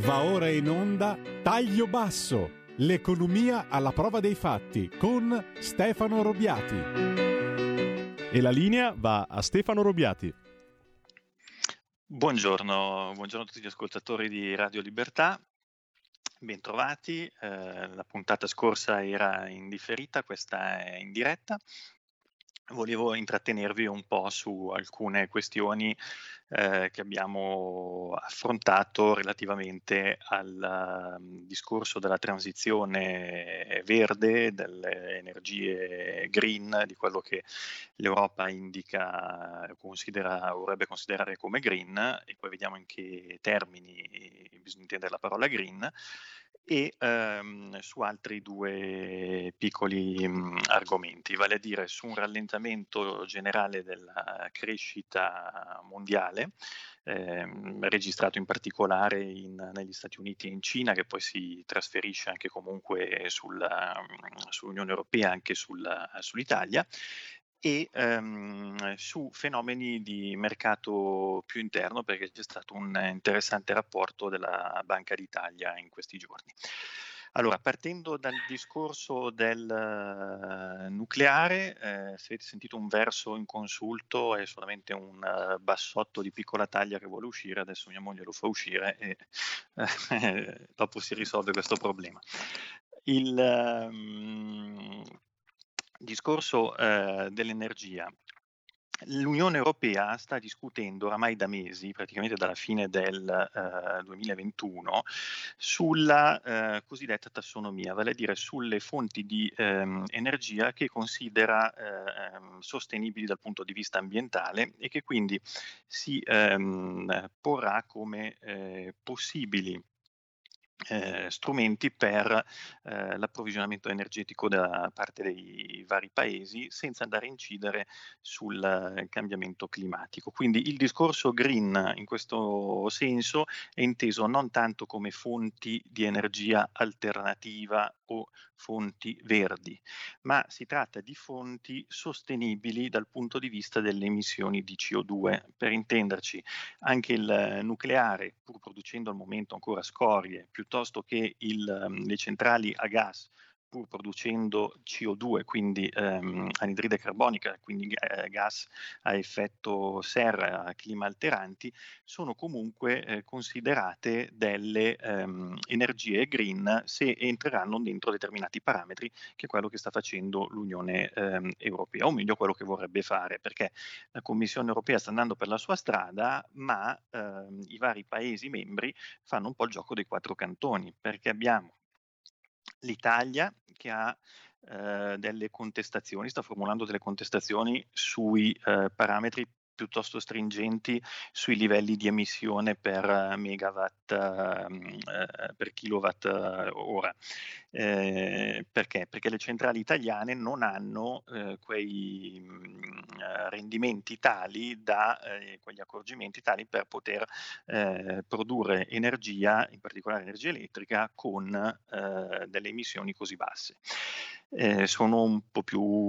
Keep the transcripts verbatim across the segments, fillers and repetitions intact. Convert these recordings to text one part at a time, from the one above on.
Va ora in onda Taglio Basso, l'economia alla prova dei fatti con Stefano Robiati. E la linea va a Stefano Robiati. Buongiorno, buongiorno a tutti gli ascoltatori di Radio Libertà. Bentrovati, eh, la puntata scorsa era in differita, questa è in diretta. Volevo intrattenervi un po' su alcune questioni eh, che abbiamo affrontato relativamente al um, discorso della transizione verde, delle energie green, di quello che l'Europa indica, considera, vorrebbe considerare come green, e poi vediamo in che termini bisogna intendere la parola green, e ehm, su altri due piccoli mh, argomenti, vale a dire su un rallentamento generale della crescita mondiale, ehm, registrato in particolare in, negli Stati Uniti e in Cina, che poi si trasferisce anche comunque sulla, sull'Unione Europea, anche sul, sull'Italia, e um, su fenomeni di mercato più interno, perché c'è stato un interessante rapporto della Banca d'Italia in questi giorni. Allora, partendo dal discorso del uh, nucleare, eh, se avete sentito un verso in consulto, è solamente un uh, bassotto di piccola taglia che vuole uscire, adesso mia moglie lo fa uscire e eh, dopo si risolve questo problema. Il um, discorso eh, dell'energia. L'Unione Europea sta discutendo oramai da mesi, praticamente dalla fine del eh, duemilaventuno, sulla eh, cosiddetta tassonomia, vale a dire sulle fonti di ehm, energia che considera eh, sostenibili dal punto di vista ambientale e che quindi si ehm, porrà come eh, possibili Eh, strumenti per eh, l'approvvigionamento energetico da parte dei vari paesi, senza andare a incidere sul eh, cambiamento climatico. Quindi il discorso green in questo senso è inteso non tanto come fonti di energia alternativa o fonti verdi, ma si tratta di fonti sostenibili dal punto di vista delle emissioni di C O due. Per intenderci, anche il nucleare, pur producendo al momento ancora scorie, piuttosto che il, le centrali a gas, pur producendo C O due, quindi ehm, anidride carbonica, quindi eh, gas a effetto serra, a clima alteranti, sono comunque eh, considerate delle ehm, energie green se entreranno dentro determinati parametri, che è quello che sta facendo l'Unione ehm, Europea, o meglio quello che vorrebbe fare, perché la Commissione Europea sta andando per la sua strada, ma ehm, i vari Paesi membri fanno un po' il gioco dei quattro cantoni, perché abbiamo l'Italia che ha eh, delle contestazioni, sta formulando delle contestazioni sui eh, parametri piuttosto stringenti sui livelli di emissione per uh, megawatt uh, per kilowatt uh, ora. Eh, perché? Perché le centrali italiane non hanno eh, quei mh, rendimenti tali da eh, quegli accorgimenti tali per poter eh, produrre energia, in particolare energia elettrica, con eh, delle emissioni così basse. Eh, sono un po'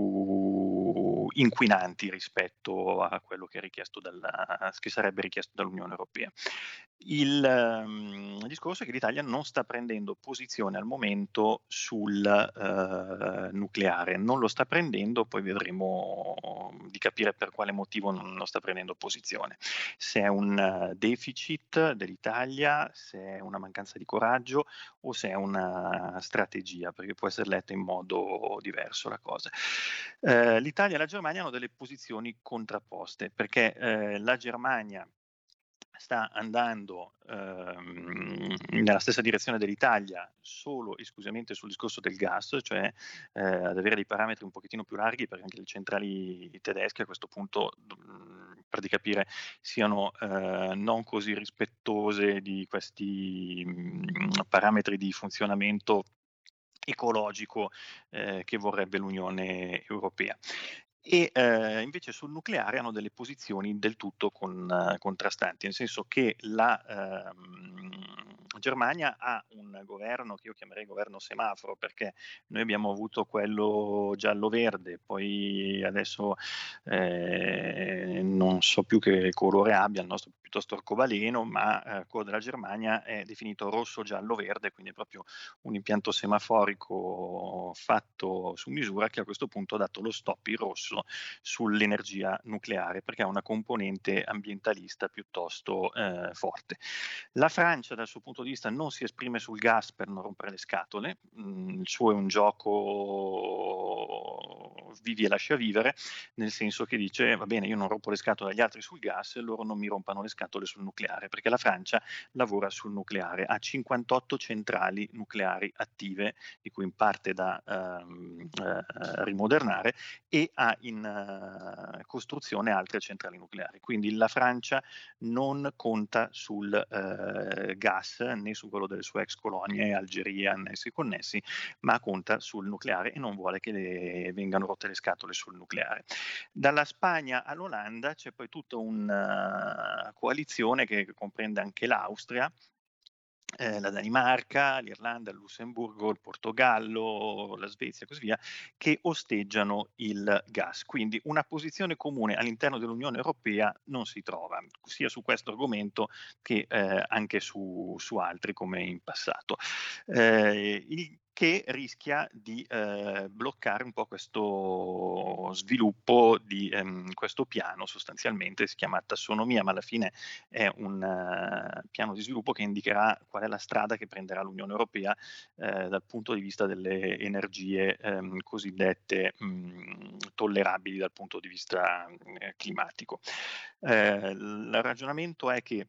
più inquinanti rispetto a quello che, è richiesto dalla, che sarebbe richiesto dall'Unione Europea. Il um, discorso è che l'Italia non sta prendendo posizione al momento sul uh, nucleare, non lo sta prendendo, poi vedremo di capire per quale motivo non lo sta prendendo posizione. Se è un uh, deficit dell'Italia, se è una mancanza di coraggio o se è una strategia, perché può essere letta in modo diverso la cosa. Uh, L'Italia e la Germania hanno delle posizioni contrapposte, perché uh, la Germania sta andando ehm, nella stessa direzione dell'Italia solo esclusivamente sul discorso del gas, cioè eh, ad avere dei parametri un pochettino più larghi, perché anche le centrali tedesche a questo punto, mh, per di capire, siano eh, non così rispettose di questi mh, parametri di funzionamento ecologico eh, che vorrebbe l'Unione Europea. E eh, invece sul nucleare hanno delle posizioni del tutto con, uh, contrastanti, nel senso che la uh, Germania ha un governo che io chiamerei governo semaforo, perché noi abbiamo avuto quello giallo-verde, poi adesso eh, non so più che colore abbia, il nostro piuttosto arcobaleno, ma eh, quello della Germania è definito rosso-giallo-verde, quindi è proprio un impianto semaforico fatto su misura che a questo punto ha dato lo stop in rosso sull'energia nucleare, perché ha una componente ambientalista piuttosto eh, forte. La Francia dal suo punto di vista non si esprime sul gas per non rompere le scatole, mm, il suo è un gioco vivi e lascia vivere, nel senso che dice va bene, io non rompo le scatole agli altri sul gas, loro non mi rompano le scatole sul nucleare, perché la Francia lavora sul nucleare, ha cinquantotto centrali nucleari attive, di cui in parte da ehm, eh, rimodernare, e ha in uh, costruzione altre centrali nucleari. Quindi la Francia non conta sul uh, gas, né su quello delle sue ex colonie, Algeria, né sui connessi, ma conta sul nucleare e non vuole che le vengano rotte le scatole sul nucleare. Dalla Spagna all'Olanda c'è poi tutta una coalizione che comprende anche l'Austria, Eh, la Danimarca, l'Irlanda, il Lussemburgo, il Portogallo, la Svezia e così via, che osteggiano il gas. Quindi una posizione comune all'interno dell'Unione Europea non si trova, sia su questo argomento che eh, anche su, su altri come in passato. Eh, il che rischia di eh, bloccare un po' questo sviluppo di ehm, questo piano, sostanzialmente si chiama tassonomia, ma alla fine è un uh, piano di sviluppo che indicherà qual è la strada che prenderà l'Unione Europea eh, dal punto di vista delle energie ehm, cosiddette mh, tollerabili dal punto di vista eh, climatico. Eh, il ragionamento è che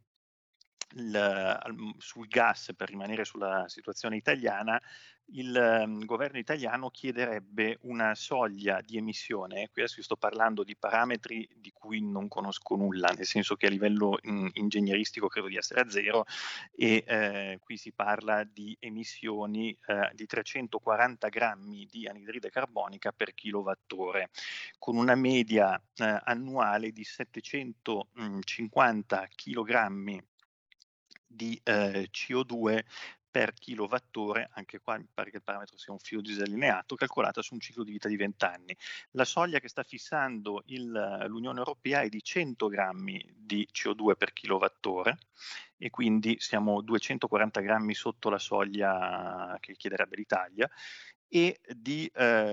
il, sul gas, per rimanere sulla situazione italiana, il um, governo italiano chiederebbe una soglia di emissione, qui adesso sto parlando di parametri di cui non conosco nulla, nel senso che a livello in, ingegneristico credo di essere a zero, e eh, qui si parla di emissioni eh, di trecentoquaranta grammi di anidride carbonica per kilowattora, con una media eh, annuale di settecentocinquanta chilogrammi di eh, C O due per kilowattora, anche qua mi pare che il parametro sia un filo disallineato, calcolata su un ciclo di vita di venti anni. La soglia che sta fissando il, l'Unione Europea è di cento grammi di C O due per kilowattora, e quindi siamo duecentoquaranta grammi sotto la soglia che chiederebbe l'Italia, e di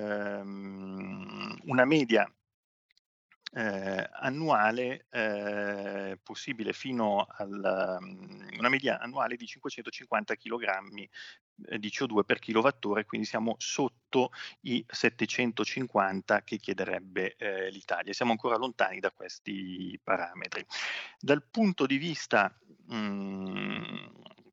ehm, una media Eh, annuale eh, possibile fino a um, una media annuale di cinquecentocinquanta chilogrammi eh, di C O due per kilowattora, quindi siamo sotto i settecentocinquanta che chiederebbe eh, l'Italia. Siamo ancora lontani da questi parametri. Dal punto di vista mh,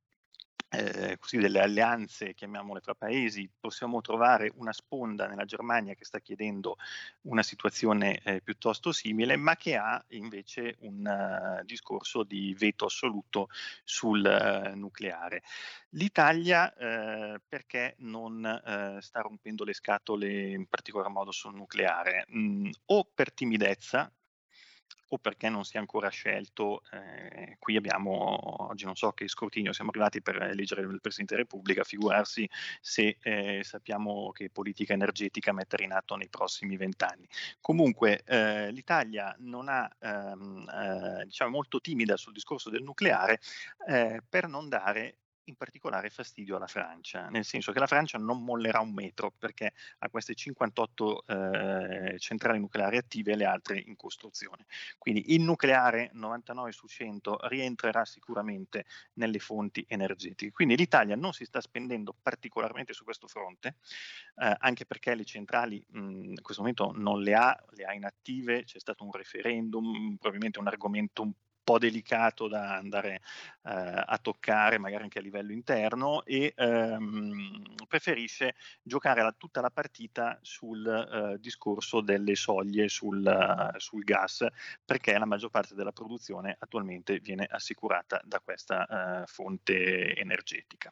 Eh, così delle alleanze, chiamiamole tra paesi, possiamo trovare una sponda nella Germania che sta chiedendo una situazione eh, piuttosto simile, ma che ha invece un uh, discorso di veto assoluto sul uh, nucleare. L'Italia eh, perché non eh, sta rompendo le scatole in particolar modo sul nucleare? Mm, o per timidezza, o perché non si è ancora scelto, eh, qui abbiamo, oggi non so che scrutinio siamo arrivati per eleggere il Presidente della Repubblica, figurarsi se eh, sappiamo che politica energetica mettere in atto nei prossimi vent'anni. Comunque eh, l'Italia non ha, ehm, eh, diciamo, molto timida sul discorso del nucleare eh, per non dare in particolare fastidio alla Francia, nel senso che la Francia non mollerà un metro perché ha queste cinquantotto eh, centrali nucleari attive e le altre in costruzione. Quindi il nucleare novantanove su cento rientrerà sicuramente nelle fonti energetiche. Quindi l'Italia non si sta spendendo particolarmente su questo fronte, eh, anche perché le centrali mh, in questo momento non le ha, le ha inattive, c'è stato un referendum, probabilmente un argomento un po' delicato da andare eh, a toccare magari anche a livello interno, e ehm, preferisce giocare la, tutta la partita sul eh, discorso delle soglie sul, uh, sul gas, perché la maggior parte della produzione attualmente viene assicurata da questa uh, fonte energetica.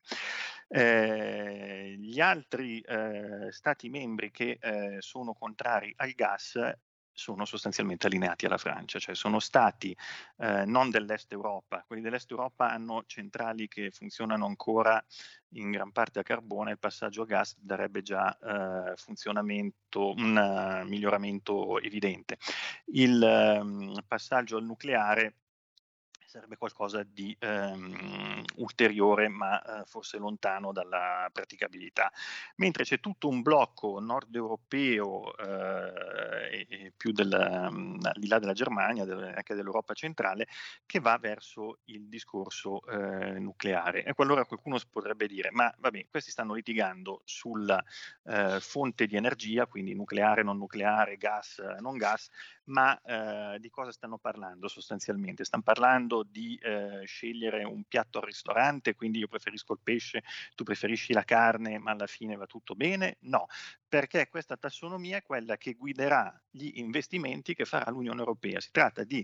Eh, gli altri eh, stati membri che eh, sono contrari al gas sono sostanzialmente allineati alla Francia, cioè sono stati eh, non dell'Est Europa, quelli dell'Est Europa hanno centrali che funzionano ancora in gran parte a carbone, il passaggio a gas darebbe già eh, funzionamento, un uh, miglioramento evidente. Il um, passaggio al nucleare sarebbe qualcosa di ehm, ulteriore, ma eh, forse lontano dalla praticabilità. Mentre c'è tutto un blocco nord europeo eh, e, e più del, al di là della Germania, del, anche dell'Europa centrale, che va verso il discorso eh, nucleare. E allora qualcuno potrebbe dire, ma vabbè, questi stanno litigando sulla eh, fonte di energia, quindi nucleare, non nucleare, gas, non gas, ma eh, di cosa stanno parlando sostanzialmente? Stanno parlando di eh, scegliere un piatto al ristorante, quindi io preferisco il pesce, tu preferisci la carne, ma alla fine va tutto bene? No, perché questa tassonomia è quella che guiderà gli investimenti che farà l'Unione Europea. Si tratta di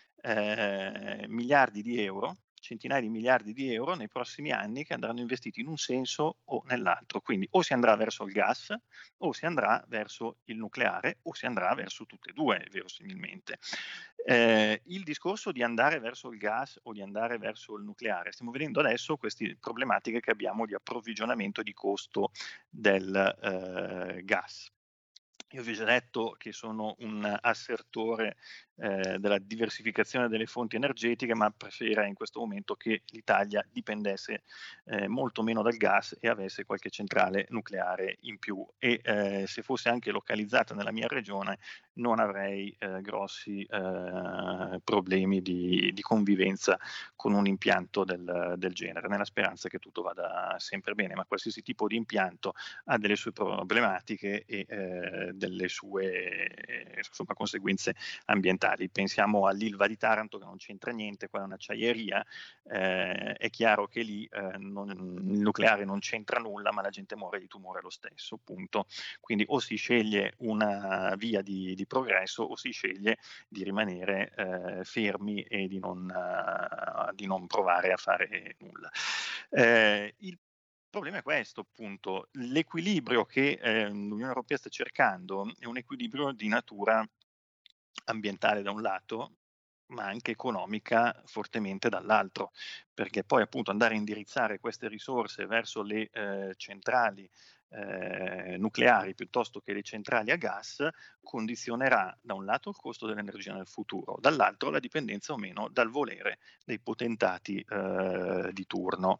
eh, miliardi di euro, centinaia di miliardi di euro nei prossimi anni che andranno investiti in un senso o nell'altro. Quindi o si andrà verso il gas, o si andrà verso il nucleare, o si andrà verso tutte e due, verosimilmente. Eh, il discorso di andare verso il gas o di andare verso il nucleare, stiamo vedendo adesso queste problematiche che abbiamo di approvvigionamento e di costo del eh, gas. Io vi ho già detto che sono un assertore eh, della diversificazione delle fonti energetiche, ma preferirei in questo momento che l'Italia dipendesse eh, molto meno dal gas e avesse qualche centrale nucleare in più. E eh, se fosse anche localizzata nella mia regione non avrei eh, grossi eh, problemi di, di convivenza con un impianto del, del genere, nella speranza che tutto vada sempre bene, ma qualsiasi tipo di impianto ha delle sue problematiche e eh, delle sue insomma, conseguenze ambientali. Pensiamo all'Ilva di Taranto che non c'entra niente, quella è un'acciaieria, eh, è chiaro che lì eh, non, il nucleare non c'entra nulla, ma la gente muore di tumore lo stesso, punto. Quindi o si sceglie una via di, di progresso o si sceglie di rimanere eh, fermi e di non, uh, di non provare a fare nulla. Eh, il Il problema è questo, appunto, l'equilibrio che eh, l'Unione Europea sta cercando è un equilibrio di natura ambientale da un lato, ma anche economica fortemente dall'altro, perché poi appunto andare a indirizzare queste risorse verso le eh, centrali eh, nucleari piuttosto che le centrali a gas condizionerà da un lato il costo dell'energia nel futuro, dall'altro la dipendenza o meno dal volere dei potentati eh, di turno.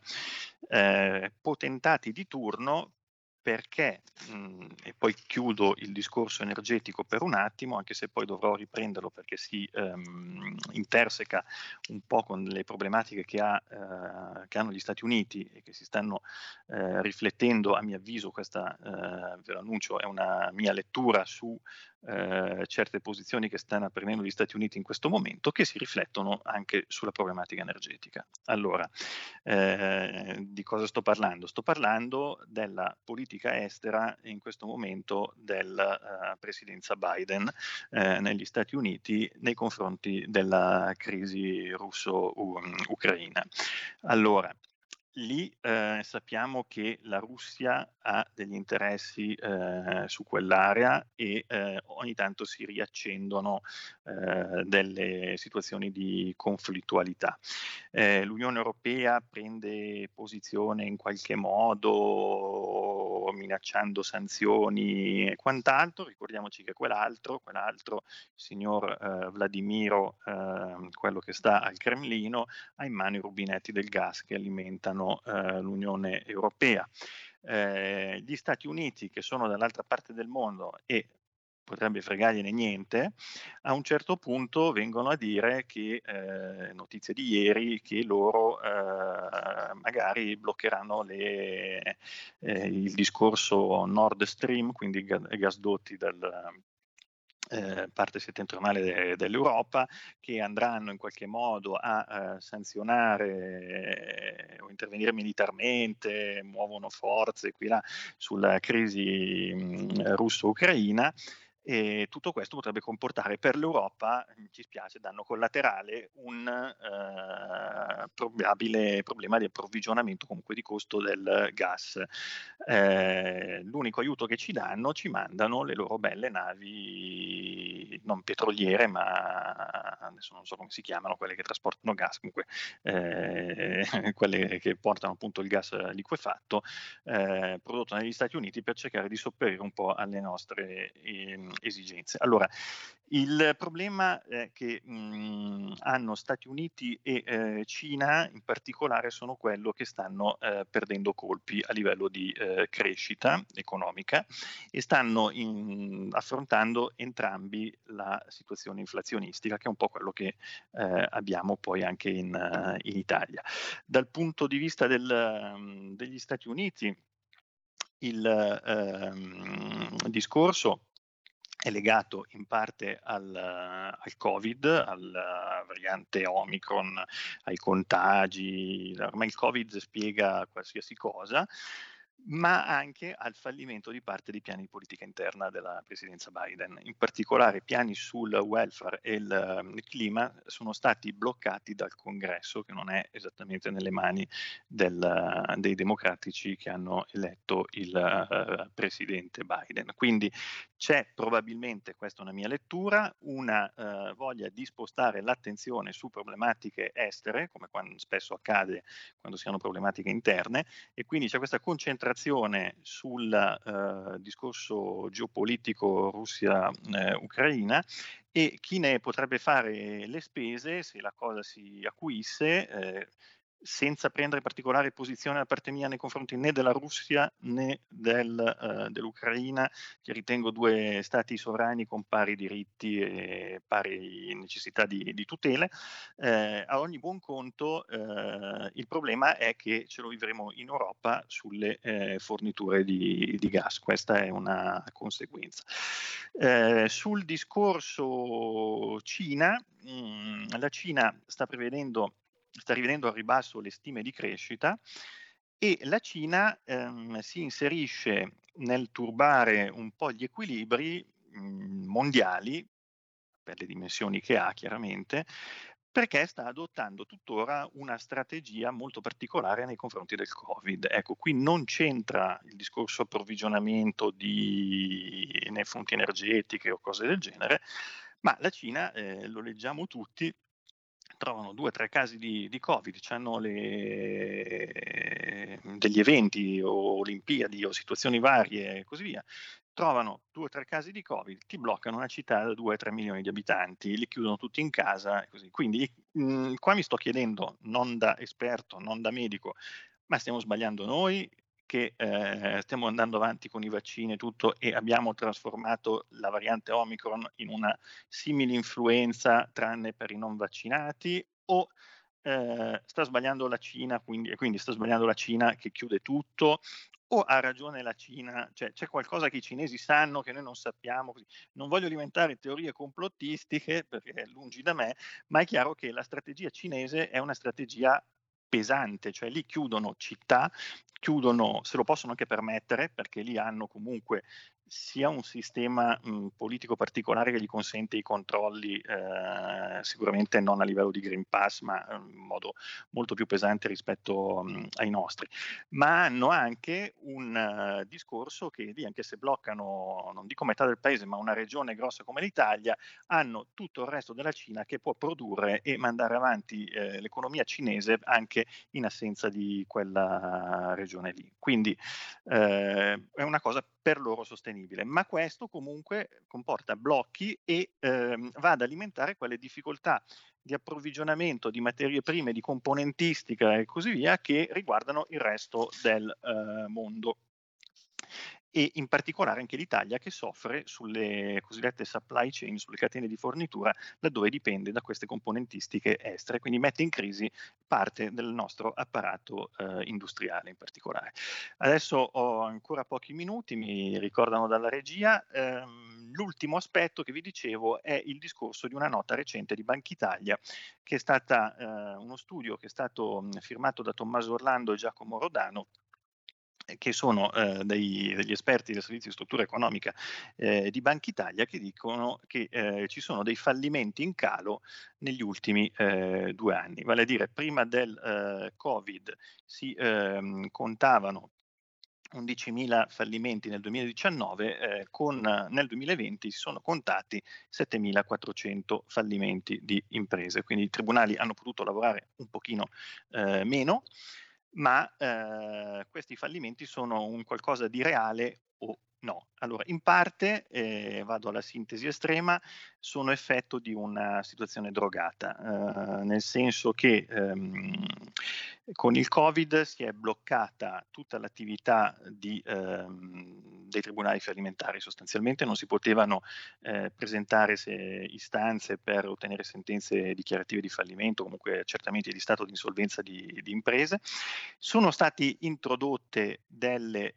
Eh, potentati di turno perché, mh, e poi chiudo il discorso energetico per un attimo, anche se poi dovrò riprenderlo perché si ehm, interseca un po' con le problematiche che, ha, eh, che hanno gli Stati Uniti e che si stanno eh, riflettendo, a mio avviso, questa, eh, ve lo annuncio, è una mia lettura su eh, certe posizioni che stanno prendendo gli Stati Uniti in questo momento, che si riflettono anche sulla problematica energetica. Allora, eh, di cosa sto parlando? Sto parlando della politica estera in questo momento della uh, presidenza Biden eh, negli Stati Uniti nei confronti della crisi russo-ucraina. Allora, lì eh, sappiamo che la Russia ha degli interessi eh, su quell'area e eh, ogni tanto si riaccendono eh, delle situazioni di conflittualità. Eh, L'Unione Europea prende posizione in qualche modo minacciando sanzioni e quant'altro. Ricordiamoci che quell'altro, quell'altro signor eh, Vladimiro, eh, quello che sta al Cremlino, ha in mano i rubinetti del gas che alimentano eh, l'Unione Europea. Eh, gli Stati Uniti, che sono dall'altra parte del mondo e potrebbe fregargliene niente, a un certo punto vengono a dire che, eh, notizie di ieri, che loro eh, magari bloccheranno le, eh, il discorso Nord Stream, quindi gasdotti del, Eh, parte settentrionale de- dell'Europa, che andranno in qualche modo a eh, sanzionare eh, o intervenire militarmente, muovono forze qui là sulla crisi mh, russo-ucraina. e tutto questo potrebbe comportare per l'Europa, ci spiace, danno collaterale un eh, probabile problema di approvvigionamento, comunque di costo del gas. Eh, l'unico aiuto che ci danno, ci mandano le loro belle navi non petroliere, ma adesso non so come si chiamano, quelle che trasportano gas, comunque eh, quelle che portano appunto il gas liquefatto eh, prodotto negli Stati Uniti, per cercare di sopperire un po' alle nostre eh, esigenze. Allora, il problema è che mh, hanno Stati Uniti e eh, Cina in particolare sono quello che stanno eh, perdendo colpi a livello di eh, crescita economica e stanno in, affrontando entrambi la situazione inflazionistica, che è un po' quello che eh, abbiamo poi anche in, uh, in Italia. Dal punto di vista del, um, degli Stati Uniti, il ehm, discorso è legato in parte al, al Covid, alla variante Omicron, ai contagi. Ormai il Covid spiega qualsiasi cosa, ma anche al fallimento di parte dei piani di politica interna della presidenza Biden. In particolare piani sul welfare e il, il clima sono stati bloccati dal Congresso, che non è esattamente nelle mani del, dei democratici che hanno eletto il uh, presidente Biden. Quindi c'è probabilmente, questa è una mia lettura, una uh, voglia di spostare l'attenzione su problematiche estere, come quando spesso accade quando si hanno problematiche interne, e quindi c'è questa concentrazione sul uh, discorso geopolitico Russia-Ucraina, e chi ne potrebbe fare le spese se la cosa si acuisse, eh, senza prendere particolare posizione da parte mia nei confronti né della Russia né del, uh, dell'Ucraina, che ritengo due stati sovrani con pari diritti e pari necessità di, di tutele. Eh, a ogni buon conto eh, il problema è che ce lo vivremo in Europa sulle eh, forniture di, di gas, questa è una conseguenza. Eh, sul discorso Cina, mh, la Cina sta prevedendo sta rivedendo al ribasso le stime di crescita, e la Cina ehm, si inserisce nel turbare un po' gli equilibri mh, mondiali, per le dimensioni che ha chiaramente, perché sta adottando tuttora una strategia molto particolare nei confronti del Covid. Ecco, qui non c'entra il discorso approvvigionamento di né fonti energetiche o cose del genere, ma la Cina, eh, lo leggiamo tutti, trovano due o tre casi di, di Covid, hanno le, degli eventi o Olimpiadi o situazioni varie e così via, trovano due o tre casi di Covid, ti bloccano una città da due o tre milioni di abitanti, li chiudono tutti in casa e così. Quindi mh, qua mi sto chiedendo, non da esperto, non da medico, ma stiamo sbagliando noi, che eh, stiamo andando avanti con i vaccini e tutto, e abbiamo trasformato la variante Omicron in una simile influenza tranne per i non vaccinati, o eh, sta sbagliando la Cina, quindi, e quindi sta sbagliando la Cina che chiude tutto, o ha ragione la Cina, cioè c'è qualcosa che i cinesi sanno che noi non sappiamo. Così. Non voglio alimentare teorie complottistiche, perché è lungi da me, ma è chiaro che la strategia cinese è una strategia pesante, cioè lì chiudono città, chiudono, se lo possono anche permettere, perché lì hanno comunque sia un sistema mh, politico particolare che gli consente i controlli, eh, sicuramente non a livello di Green Pass, ma in modo molto più pesante rispetto mh, ai nostri, ma hanno anche un uh, discorso che lì, anche se bloccano, non dico metà del paese, ma una regione grossa come l'Italia, hanno tutto il resto della Cina che può produrre e mandare avanti eh, l'economia cinese anche in assenza di quella regione lì. Quindi eh, è una cosa per loro sostenibile, ma questo comunque comporta blocchi e ehm, va ad alimentare quelle difficoltà di approvvigionamento di materie prime, di componentistica e così via, che riguardano il resto del eh, mondo. E in particolare anche l'Italia, che soffre sulle cosiddette supply chain, sulle catene di fornitura, laddove dipende da queste componentistiche estere, quindi mette in crisi parte del nostro apparato eh, industriale in particolare. Adesso ho ancora pochi minuti, mi ricordano dalla regia. Ehm, l'ultimo aspetto che vi dicevo è il discorso di una nota recente di Banca Italia, che è stata eh, uno studio che è stato mh, firmato da Tommaso Orlando e Giacomo Rodano, che sono eh, dei, degli esperti del servizio di struttura economica eh, di Banca Italia, che dicono che eh, ci sono dei fallimenti in calo negli ultimi eh, due anni. Vale a dire, prima del eh, Covid si ehm, contavano undicimila fallimenti nel duemiladiciannove, eh, con, nel duemilaventi si sono contati settemilaquattrocento fallimenti di imprese, quindi i tribunali hanno potuto lavorare un pochino eh, meno, ma eh, questi fallimenti sono un qualcosa di reale o no? Allora, in parte, eh, vado alla sintesi estrema, sono effetto di una situazione drogata, eh, nel senso che ehm, con il Covid si è bloccata tutta l'attività di, ehm, dei tribunali fallimentari, sostanzialmente non si potevano eh, presentare se, istanze per ottenere sentenze dichiarative di fallimento, comunque accertamenti di stato di insolvenza di, di imprese. Sono stati introdotte delle,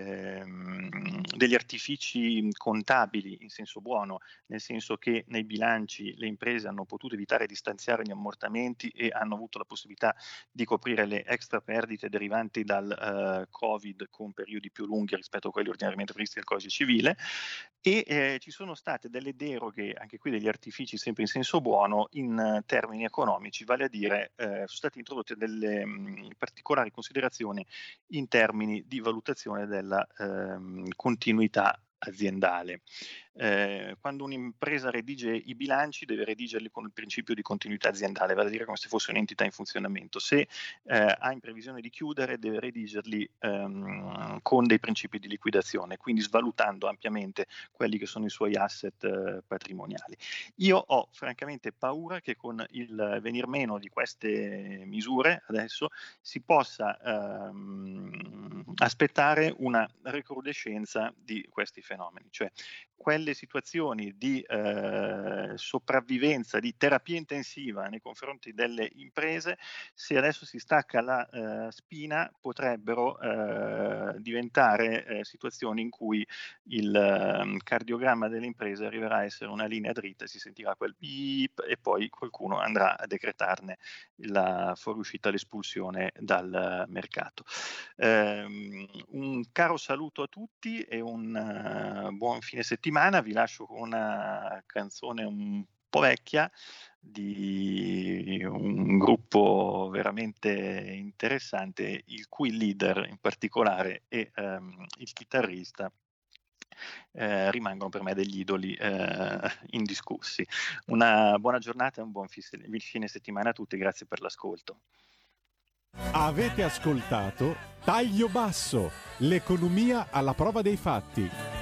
ehm, degli artifici contabili in senso buono, nel senso che nei bilanci le imprese hanno potuto evitare di stanziare gli ammortamenti e hanno avuto la possibilità di coprire le extra perdite derivanti dal eh, Covid con periodi più lunghi rispetto a quelli ordinariamente previsti dal Codice Civile, e eh, ci sono state delle deroghe, anche qui degli artifici sempre in senso buono, in uh, termini economici, vale a dire eh, sono state introdotte delle mh, particolari considerazioni in termini di valutazione della ehm, continuità aziendale. Eh, quando un'impresa redige i bilanci deve redigerli con il principio di continuità aziendale, vale a dire come se fosse un'entità in funzionamento. Se eh, ha in previsione di chiudere deve redigerli ehm, con dei principi di liquidazione, quindi svalutando ampiamente quelli che sono i suoi asset eh, patrimoniali. Io ho francamente paura che con il venir meno di queste misure adesso si possa ehm, aspettare una recrudescenza di questi fenomeni, cioè quelle situazioni di eh, sopravvivenza, di terapia intensiva nei confronti delle imprese, se adesso si stacca la eh, spina, potrebbero eh, diventare eh, situazioni in cui il eh, cardiogramma delle imprese arriverà a essere una linea dritta, si sentirà quel beep e poi qualcuno andrà a decretarne la fuoriuscita, l'espulsione dal mercato. Um, un caro saluto a tutti e un uh, buon fine settimana. Vi lascio con una canzone un po' vecchia di un gruppo veramente interessante, il cui leader in particolare e um, il chitarrista Eh, rimangono per me degli idoli eh, indiscussi. Una buona giornata e un buon fine settimana a tutti, grazie per l'ascolto. Avete ascoltato Taglio Basso, l'economia alla prova dei fatti.